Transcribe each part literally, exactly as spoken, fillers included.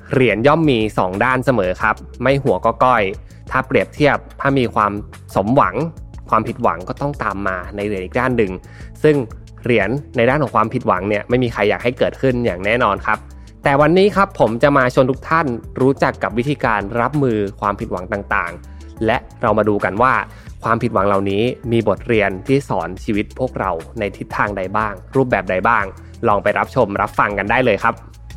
เหรียญย่อมมีสองด้านเสมอครับไม่หัวก็ก้อยถ้าเปรียบเทียบถ้ามีความสมหวังความผิดหวังก็ต้องตามมาในเหรียญอีกด้านหนึ่งซึ่งเหรียญในด้านของความผิดหวังเนี่ยไม่มีใครอยากให้เกิดขึ้นอย่างแน่นอนครับแต่วันนี้ครับผมจะมาชวนทุกท่านรู้จักกับวิธีการรับมือความผิดหวังต่างๆและเรามาดูกันว่าความผิดหวังเหล่านี้มีบทเรียนที่สอนชีวิตพวกเราในทิศทางใดบ้างรูปแบบใดบ้างลองไปรับชมรับฟังกันได้เลยครับ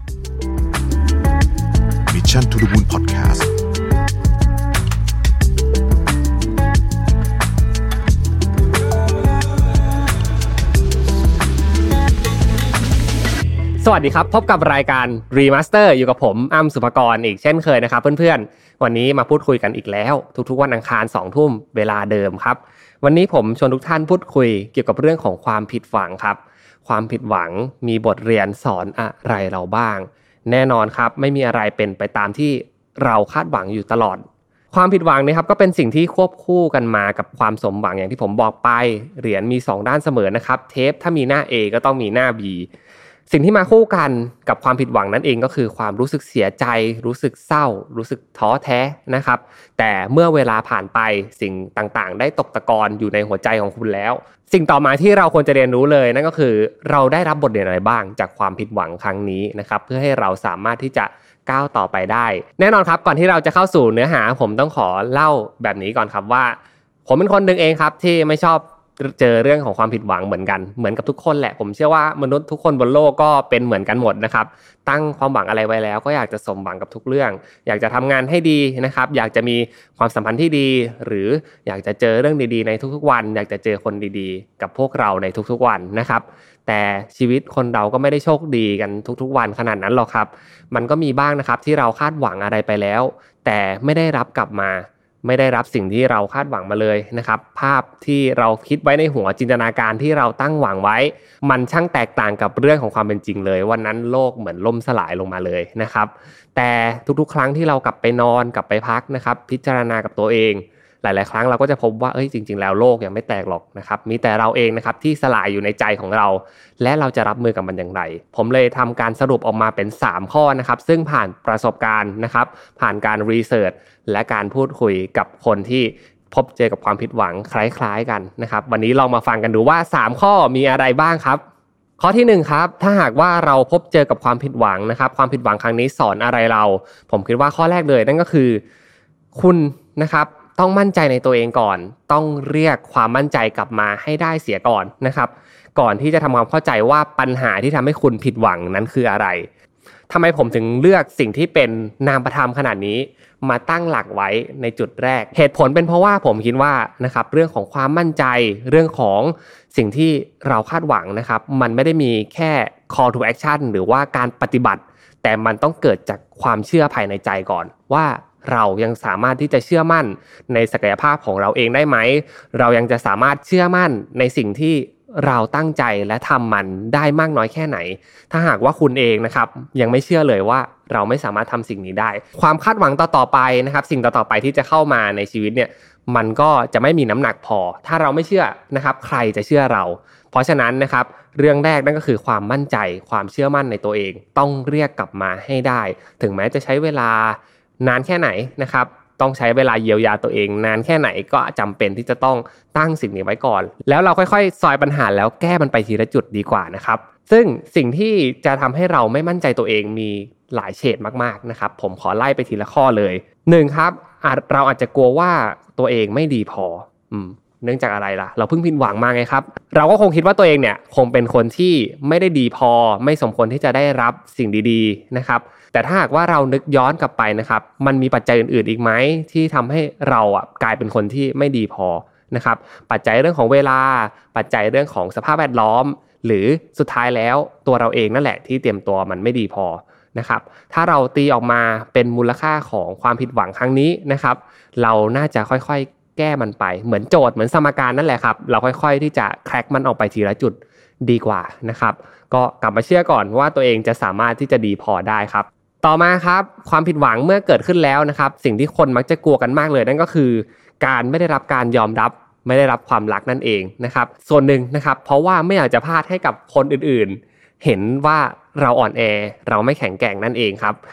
Mission to the Moon Podcast สวัสดีครับพบกับรายการ Remaster อยู่กับผมอ้ำสุภกรอีกเช่นเคยนะครับเพื่อนๆวันนี้มาพูดคุยกันอีกแล้วทุกๆวันอังคาร สองทุ่มเวลาเดิมครับวันนี้ผมชวนทุกท่านพูดคุยเกี่ยวกับเรื่องของความผิดหวังครับความผิดหวังมีบทเรียนสอนอะไรเราบ้างแน่นอนครับไม่มีอะไรเป็นไปตามที่เราคาดหวังอยู่ตลอดความผิดหวังนะครับก็เป็นสิ่งที่ควบคู่กันมากับความสมหวังอย่างที่ผมบอกไปเหรียญมีสองด้านเสมอนะครับเทปถ้ามีหน้า A ก็ต้องมีหน้า Bสิ่งที่มาคู่กันกับความผิดหวังนั่นเองก็คือความรู้สึกเสียใจรู้สึกเศร้ารู้สึกท้อแท้นะครับแต่เมื่อเวลาผ่านไปสิ่งต่างๆได้ตกตะกอนอยู่ในหัวใจของคุณแล้วสิ่งต่อมาที่เราควรจะเรียนรู้เลยนั่นก็คือเราได้รับบทเรียนอะไรบ้างจากความผิดหวังครั้งนี้นะครับเพื่อให้เราสามารถที่จะก้าวต่อไปได้แน่นอนครับก่อนที่เราจะเข้าสู่เนื้อหาผมต้องขอเล่าแบบนี้ก่อนครับว่าผมเป็นคนนึงเองครับที่ไม่ชอบเจอเรื่องของความผิดหวังเหมือนกันเหมือนกับทุกคนแหละผมเชื่อว่ามนุษย์ทุกคนบนโลกก็เป็นเหมือนกันหมดนะครับตั้งความหวังอะไรไว้แล้วก็อยากจะสมหวังกับทุกเรื่องอยากจะทำงานให้ดีนะครับอยากจะมีความสัมพันธ์ที่ดีหรืออยากจะเจอเรื่องดีๆในทุกๆวันอยากจะเจอคนดีๆกับพวกเราในทุกๆวันนะครับแต่ชีวิตคนเราก็ไม่ได้โชคดีกันทุกๆวันขนาดนั้นหรอกครับมันก็มีบ้างนะครับที่เราคาดหวังอะไรไปแล้วแต่ไม่ได้รับกลับมาไม่ได้รับสิ่งที่เราคาดหวังมาเลยนะครับภาพที่เราคิดไว้ในหัวจินตนาการที่เราตั้งหวังไว้มันช่างแตกต่างกับเรื่องของความเป็นจริงเลยวันนั้นโลกเหมือนล่มสลายลงมาเลยนะครับแต่ทุกๆครั้งที่เรากลับไปนอนกลับไปพักนะครับพิจารณากับตัวเองหลายๆครั้งเราก็จะพบว่าเอ้ยจริงๆแล้วโลกยังไม่แตกหรอกนะครับมีแต่เราเองนะครับที่สลายอยู่ในใจของเราและเราจะรับมือกับมันอย่างไรผมเลยทำการสรุปออกมาเป็นสามข้อนะครับซึ่งผ่านประสบการณ์นะครับผ่านการรีเสิร์ชและการพูดคุยกับคนที่พบเจอกับความผิดหวังคล้ายๆกันนะครับวันนี้ลองมาฟังกันดูว่าสามข้อมีอะไรบ้างครับข้อที่หนึ่งครับถ้าหากว่าเราพบเจอกับความผิดหวังนะครับความผิดหวังครั้งนี้สอนอะไรเราผมคิดว่าข้อแรกเลยนั่นก็คือคุณนะครับต้องมั่นใจในตัวเองก่อนต้องเรียกความมั่นใจกลับมาให้ได้เสียก่อนนะครับก่อนที่จะทำความเข้าใจว่าปัญหาที่ทำให้คุณผิดหวังนั้นคืออะไรทำไมผมถึงเลือกสิ่งที่เป็นนามธรรมขนาดนี้มาตั้งหลักไว้ในจุดแรกเหตุผลเป็นเพราะว่าผมคิดว่านะครับเรื่องของความมั่นใจเรื่องของสิ่งที่เราคาดหวังนะครับมันไม่ได้มีแค่ call to action หรือว่าการปฏิบัติแต่มันต้องเกิดจากความเชื่อภายในใจก่อนว่าเรายังสามารถที่จะเชื่อมั่นในศักยภาพของเราเองได้ไหมเรายังจะสามารถเชื่อมั่นในสิ่งที่เราตั้งใจและทำมันได้มากน้อยแค่ไหนถ้าหากว่าคุณเองนะครับยังไม่เชื่อเลยว่าเราไม่สามารถทำสิ่งนี้ได้ความคาดหวังต่อๆไปนะครับสิ่งต่อๆไปที่จะเข้ามาในชีวิตเนี่ยมันก็จะไม่มีน้ำหนักพอถ้าเราไม่เชื่อนะครับใครจะเชื่อเราเพราะฉะนั้นนะครับเรื่องแรกนั่นก็คือความมั่นใจความเชื่อมั่นในตัวเองต้องเรียกกลับมาให้ได้ถึงแม้จะใช้เวลานานแค่ไหนนะครับต้องใช้เวลาเยียวยาตัวเองนานแค่ไหนก็จำเป็นที่จะต้องตั้งสิ่งนี้ไว้ก่อนแล้วเราค่อยๆซอยปัญหาแล้วแก้มันไปทีละจุดดีกว่านะครับซึ่งสิ่งที่จะทำให้เราไม่มั่นใจตัวเองมีหลายเฉดมากๆนะครับผมขอไล่ไปทีละข้อเลยหนึ่งครับอาจเราอาจจะกลัวว่าตัวเองไม่ดีพออืมเนื่องจากอะไรล่ะเราเพิ่งผิดหวังมาไงครับเราก็คงคิดว่าตัวเองเนี่ยคงเป็นคนที่ไม่ได้ดีพอไม่สมควรที่จะได้รับสิ่งดีๆนะครับแต่ถ้าหากว่าเรานึกย้อนกลับไปนะครับมันมีปัจจัยอื่นๆอีกไหมที่ทำให้เราอ่ะกลายเป็นคนที่ไม่ดีพอนะครับปัจจัยเรื่องของเวลาปัจจัยเรื่องของสภาพแวดล้อมหรือสุดท้ายแล้วตัวเราเองนั่นแหละที่เตรียมตัวมันไม่ดีพอนะครับถ้าเราตีออกมาเป็นมูลค่าของความผิดหวังครั้งนี้นะครับเราน่าจะค่อยๆแก้มันไปเหมือนโจทย์เหมือนสมการนั่นแหละครับเราค่อยๆที่จะแคร็กมันออกไปทีละจุดดีกว่านะครับก็กลับมาเชื่อก่อนว่าตัวเองจะสามารถที่จะดีพอได้ครับต่อมาครับความผิดหวังเมื่อเกิดขึ้นแล้วนะครับสิ่งที่คนมักจะกลัวกันมากเลยนั่นก็คือการไม่ได้รับการยอมรับไม่ได้รับความรักนั่นเองนะครับส่วนหนึ่งนะครับเพราะว่าไม่อยากจะพลาดให้กับคนอื่นๆเห็นว่าเราอ่อนแอเราไม่แข็งแกร่งนั่นเองครับ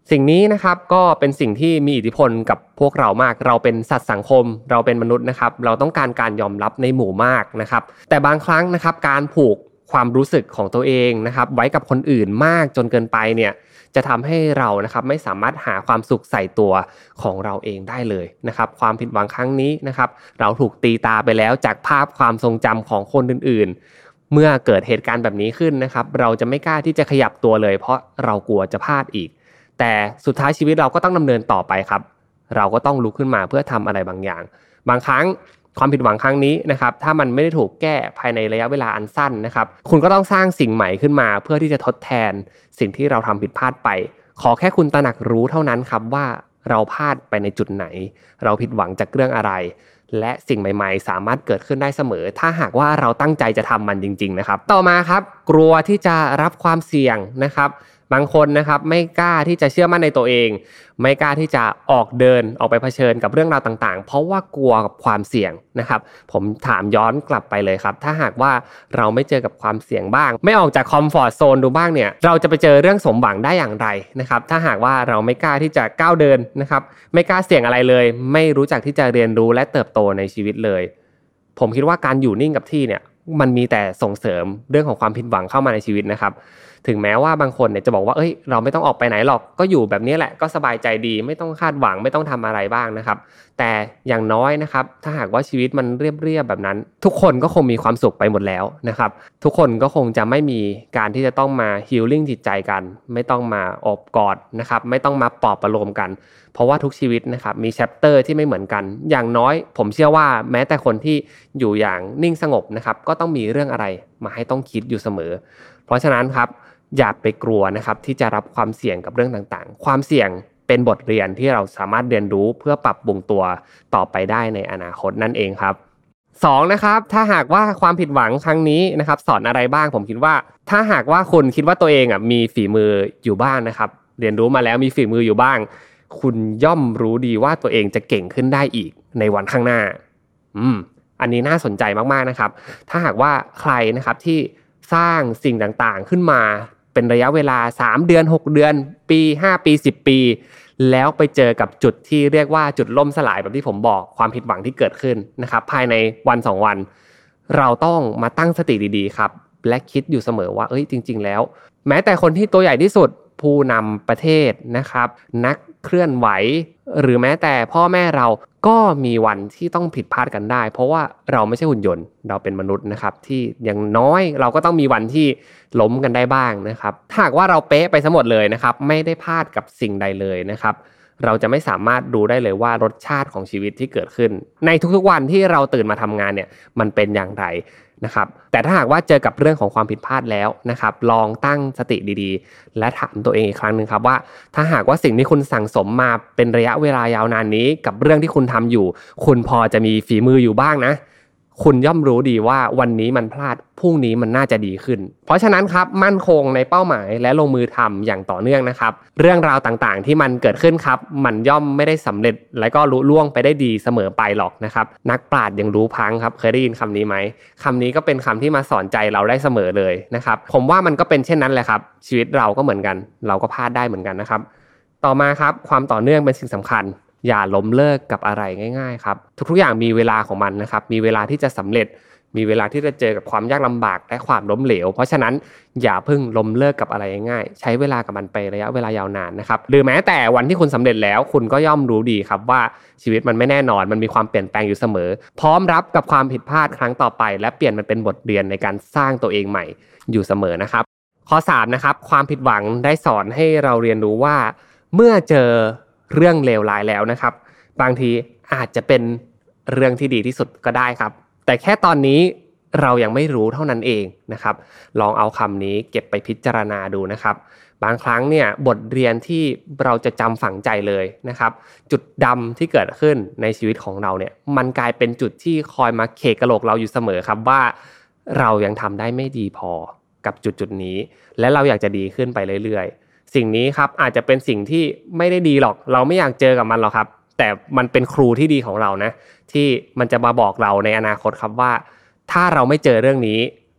สิ่งนี้นะครับก็เป็นสิ่งที่มีอิทธิพลกับพวกเรามากเราเป็นสัตว์สังคมเราเป็นมนุษย์นะครับเราต้องการการยอมรับในหมู่มากนะครับแต่บางครั้งนะครับการผูกความรู้สึกของตัวเองนะครับไว้กับคนอื่นมากจนเกินไปเนี่ยจะทำให้เรานะครับไม่สามารถหาความสุขใส่ตัวของเราเองได้เลยนะครับความผิดหวังครั้งนี้นะครับเราถูกตีตาไปแล้วจากภาพความทรงจำของคนอื่นๆเมื่อเกิดเหตุการณ์แบบนี้ขึ้นนะครับเราจะไม่กล้าที่จะขยับตัวเลยเพราะเรากลัวจะพลาดอีกแต่สุดท้ายชีวิตเราก็ต้องดำเนินต่อไปครับเราก็ต้องลุกขึ้นมาเพื่อทำอะไรบางอย่างบางครั้งความผิดหวังครั้งนี้นะครับถ้ามันไม่ได้ถูกแก้ภายในระยะเวลาอันสั้นนะครับคุณก็ต้องสร้างสิ่งใหม่ขึ้นมาเพื่อที่จะทดแทนสิ่งที่เราทำผิดพลาดไปขอแค่คุณตระหนักรู้เท่านั้นครับว่าเราพลาดไปในจุดไหนเราผิดหวังจากเรื่องอะไรและสิ่งใหม่ๆสามารถเกิดขึ้นได้เสมอถ้าหากว่าเราตั้งใจจะทำมันจริงๆนะครับต่อมาครับกลัวที่จะรับความเสี่ยงนะครับบางคนนะครับไม่กล้าที่จะเชื่อมั่นในตัวเองไม่กล้าที่จะออกเดินออกไปเผชิญกับเรื่องราวต่างๆเพราะว่ากลัวกับความเสี่ยงนะครับผมถามย้อนกลับไปเลยครับถ้าหากว่าเราไม่เจอกับความเสี่ยงบ้างไม่ออกจากคอมฟอร์ตโซนดูบ้างเนี่ยเราจะไปเจอเรื่องสมหวังได้อย่างไรนะครับถ้าหากว่าเราไม่กล้าที่จะก้าวเดินนะครับไม่กล้าเสี่ยงอะไรเลยไม่รู้จักที่จะเรียนรู้และเติบโตในชีวิตเลยผมคิดว่าการอยู่นิ่งกับที่เนี่ยมันมีแต่ส่งเสริมเรื่องของความผิดหวังเข้ามาในชีวิตนะครับถึงแม้ว่าบางคนเนี่ยจะบอกว่าเอ้ยเราไม่ต้องออกไปไหนหรอกก็อยู่แบบนี้แหละก็สบายใจดีไม่ต้องคาดหวังไม่ต้องทำอะไรบ้างนะครับแต่อย่างน้อยนะครับถ้าหากว่าชีวิตมันเรียบๆแบบนั้นทุกคนก็คงมีความสุขไปหมดแล้วนะครับทุกคนก็คงจะไม่มีการที่จะต้องมาฮีลลิ่งจิตใจกันไม่ต้องมาอบกอดนะครับไม่ต้องมาปลอบประโลมกันเพราะว่าทุกชีวิตนะครับมีแชปเตอร์ที่ไม่เหมือนกันอย่างน้อยผมเชื่อว่าแม้แต่คนที่อยู่อย่างนิ่งสงบนะครับก็ต้องมีเรื่องอะไรมาให้ต้องคิดอยู่เสมอเพราะฉะนั้นครับอย่าไปกลัวนะครับที่จะรับความเสี่ยงกับเรื่องต่างๆความเสี่ยงเป็นบทเรียนที่เราสามารถเรียนรู้เพื่อปรับปรุงตัวต่อไปได้ในอนาคตนั่นเองครับสองนะครับถ้าหากว่าความผิดหวังครั้งนี้นะครับสอนอะไรบ้างผมคิดว่าถ้าหากว่าคุณคิดว่าตัวเองอ่ะมีฝีมืออยู่บ้างนะครับเรียนรู้มาแล้วมีฝีมืออยู่บ้างคุณย่อมรู้ดีว่าตัวเองจะเก่งขึ้นได้อีกในวันข้างหน้าอืมอันนี้น่าสนใจมากๆนะครับถ้าหากว่าใครนะครับที่สร้างสิ่งต่างๆขึ้นมาเป็นระยะเวลาสามเดือนหกเดือนปีห้าปีสิบปีแล้วไปเจอกับจุดที่เรียกว่าจุดล่มสลายแบบที่ผมบอกความผิดหวังที่เกิดขึ้นนะครับภายในวันสองวันเราต้องมาตั้งสติดีๆครับและคิดอยู่เสมอว่าเอ้ยจริงๆแล้วแม้แต่คนที่ตัวใหญ่ที่สุดผู้นำประเทศนะครับนักเคลื่อนไหวหรือแม้แต่พ่อแม่เราก็มีวันที่ต้องผิดพลาดกันได้เพราะว่าเราไม่ใช่หุ่นยนต์เราเป็นมนุษย์นะครับที่อย่างน้อยเราก็ต้องมีวันที่ล้มกันได้บ้างนะครับถ้าหากว่าเราเป๊ะไปทั้งหมดเลยนะครับไม่ได้พลาดกับสิ่งใดเลยนะครับเราจะไม่สามารถรู้ได้เลยว่ารสชาติของชีวิตที่เกิดขึ้นในทุกๆวันที่เราตื่นมาทำงานเนี่ยมันเป็นอย่างไรนะครับแต่ถ้าหากว่าเจอกับเรื่องของความผิดพลาดแล้วนะครับลองตั้งสติดีๆและถามตัวเองอีกครั้งนึงครับว่าถ้าหากว่าสิ่งที่คุณสั่งสมมาเป็นระยะเวลายาวนานนี้กับเรื่องที่คุณทำอยู่คุณพอจะมีฝีมืออยู่บ้างนะคุณย่อมรู้ดีว่าวันนี้มันพลาดพรุ่งนี้มันน่าจะดีขึ้นเพราะฉะนั้นครับมั่นคงในเป้าหมายและลงมือทำอย่างต่อเนื่องนะครับเรื่องราวต่างๆที่มันเกิดขึ้นครับมันย่อมไม่ได้สำเร็จและก็ลุล่วงไปได้ดีเสมอไปหรอกนะครับนักปราชญ์ยังรู้พังครับเคยได้ยินคำนี้ไหมคำนี้ก็เป็นคำที่มาสอนใจเราได้เสมอเลยนะครับผมว่ามันก็เป็นเช่นนั้นแหละครับชีวิตเราก็เหมือนกันเราก็พลาดได้เหมือนกันนะครับต่อมาครับความต่อเนื่องเป็นสิ่งสำคัญอย่าล้มเลิกกับอะไรง่ายๆครับทุกๆอย่างมีเวลาของมันนะครับมีเวลาที่จะสำเร็จมีเวลาที่จะเจอกับความยากลำบากและความล้มเหลวเพราะฉะนั้นอย่าเพิ่งล้มเลิกกับอะไรง่ายๆใช้เวลากับมันไประยะเวลายาวนานนะครับหรือแม้แต่วันที่คุณสำเร็จแล้วคุณก็ย่อมรู้ดีครับว่าชีวิตมันไม่แน่นอนมันมีความเปลี่ยนแปลงอยู่เสมอพร้อมรับกับความผิดพลาดครั้งต่อไปและเปลี่ยนมันเป็นบทเรียนในการสร้างตัวเองใหม่อยู่เสมอนะครับข้อสามนะครับความผิดหวังได้สอนให้เราเรียนรู้ว่าเมื่อเจอเรื่องเลวร้ายแล้วนะครับบางทีอาจจะเป็นเรื่องที่ดีที่สุดก็ได้ครับแต่แค่ตอนนี้เรายังไม่รู้เท่านั้นเองนะครับลองเอาคำนี้เก็บไปพิจารณาดูนะครับบางครั้งเนี่ยบทเรียนที่เราจะจำฝังใจเลยนะครับจุดดำที่เกิดขึ้นในชีวิตของเราเนี่ยมันกลายเป็นจุดที่คอยมาเขกกะโหลกเราอยู่เสมอครับว่าเรายังทำได้ไม่ดีพอกับจุดจุดนี้และเราอยากจะดีขึ้นไปเรื่อยๆสิ่งนี้ครับอาจจะเป็นสิ่งที่ไม่ได้ดีหรอกเราไม่อยากเจอกับมันหรอกครับแต่มันเป็นครูที่ดีของเรานะที่มันจะมาบอกเราในอนาคตครับว่าถ้าเราไม่เจอเรื่องนี้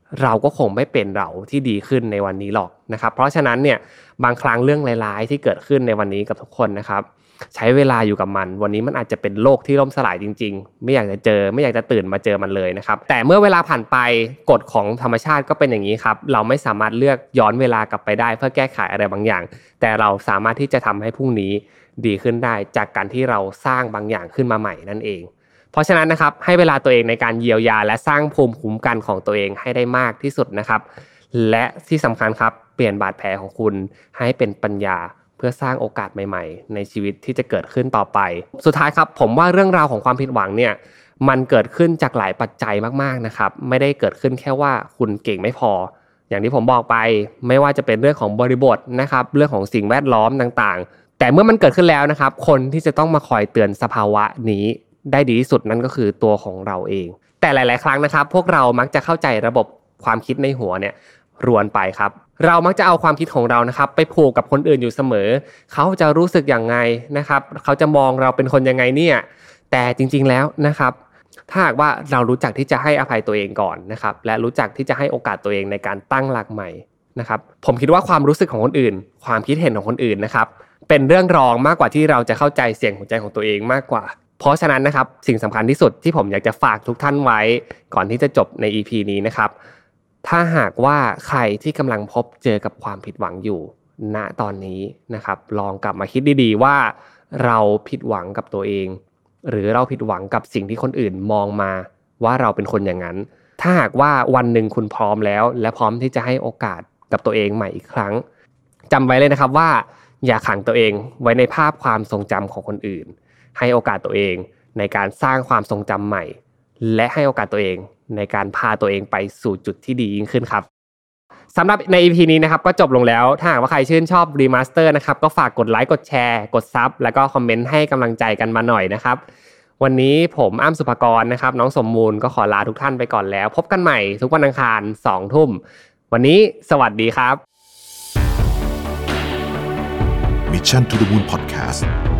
เราก็คงไม่เป็นเราที่ดีขึ้นในวันนี้หรอกนะครับเพราะฉะนั้นเนี่ยบางครั้งเรื่องร้ายๆที่เกิดขึ้นในวันนี้กับทุกคนนะครับใช้เวลาอยู่กับมันวันนี้มันอาจจะเป็นโลกที่ล่มสลายจริงๆไม่อยากจะเจอไม่อยากจะตื่นมาเจอมันเลยนะครับแต่เมื่อเวลาผ่านไปกฎของธรรมชาติก็เป็นอย่างนี้ครับเราไม่สามารถเลือกย้อนเวลากลับไปได้เพื่อแก้ไขอะไรบางอย่างแต่เราสามารถที่จะทำให้พรุ่งนี้ดีขึ้นได้จากการที่เราสร้างบางอย่างขึ้นมาใหม่นั่นเองเพราะฉะนั้นนะครับให้เวลาตัวเองในการเยียวยาและสร้างภูมิคุ้มกันของตัวเองให้ได้มากที่สุดนะครับและที่สำคัญครับเปลี่ยนบาดแผลของคุณให้เป็นปัญญาเพื่อสร้างโอกาสใหม่ๆในชีวิตที่จะเกิดขึ้นต่อไปสุดท้ายครับผมว่าเรื่องราวของความผิดหวังเนี่ยมันเกิดขึ้นจากหลายปัจจัยมากๆนะครับไม่ได้เกิดขึ้นแค่ว่าคุณเก่งไม่พออย่างที่ผมบอกไปไม่ว่าจะเป็นเรื่องของบริบทนะครับเรื่องของสิ่งแวดล้อมต่างๆแต่เมื่อมันเกิดขึ้นแล้วนะครับคนที่จะต้องมาคอยเตือนสภาวะนี้ได้ดีที่สุดนั่นก็คือตัวของเราเองแต่หลายๆครั้งนะครับพวกเรามักจะเข้าใจระบบความคิดในหัวเนี่ยรวนไปครับเรามักจะเอาความคิดของเรานะครับไปผูกกับคนอื่นอยู่เสมอเขาจะรู้สึกอย่างไงนะครับเขาจะมองเราเป็นคนยังไงเนี่ยแต่จริงๆแล้วนะครับถ้าหากว่าเรารู้จักที่จะให้อภัยตัวเองก่อนนะครับและรู้จักที่จะให้โอกาสตัวเองในการตั้งหลักใหม่นะครับผมคิดว่าความรู้สึกของคนอื่นความคิดเห็นของคนอื่นนะครับเป็นเรื่องรองมากกว่าที่เราจะเข้าใจเสียงหัวใจของตัวเองมากกว่าเพราะฉะนั้นนะครับสิ่งสำคัญที่สุดที่ผมอยากจะฝากทุกท่านไว้ก่อนที่จะจบใน อี พี นี้นะครับถ้าหากว่าใครที่กำลังพบเจอกับความผิดหวังอยู่ณตอนนี้นะครับลองกลับมาคิดดีๆว่าเราผิดหวังกับตัวเองหรือเราผิดหวังกับสิ่งที่คนอื่นมองมาว่าเราเป็นคนอย่างนั้นถ้าหากว่าวันหนึ่งคุณพร้อมแล้วและพร้อมที่จะให้โอกาสกับตัวเองใหม่อีกครั้งจำไว้เลยนะครับว่าอย่าขังตัวเองไว้ในภาพความทรงจำของคนอื่นให้โอกาสตัวเองในการสร้างความทรงจำใหม่และให้โอกาสตัวเองในการพาตัวเองไปสู่จุดที่ดียิ่งขึ้นครับสำหรับใน อี พี นี้นะครับก็จบลงแล้วถ้าหากว่าใครชื่นชอบรีมาสเตอร์นะครับก็ฝากกดไลค์กดแชร์กดซับแล้วก็คอมเมนต์ให้กำลังใจกันมาหน่อยนะครับวันนี้ผมอ้ำสุภกรนะครับน้องสมมูลก็ขอลาทุกท่านไปก่อนแล้วพบกันใหม่ทุกวันอังคาร สองทุ่มวันนี้สวัสดีครับ Mission to the Moon Podcast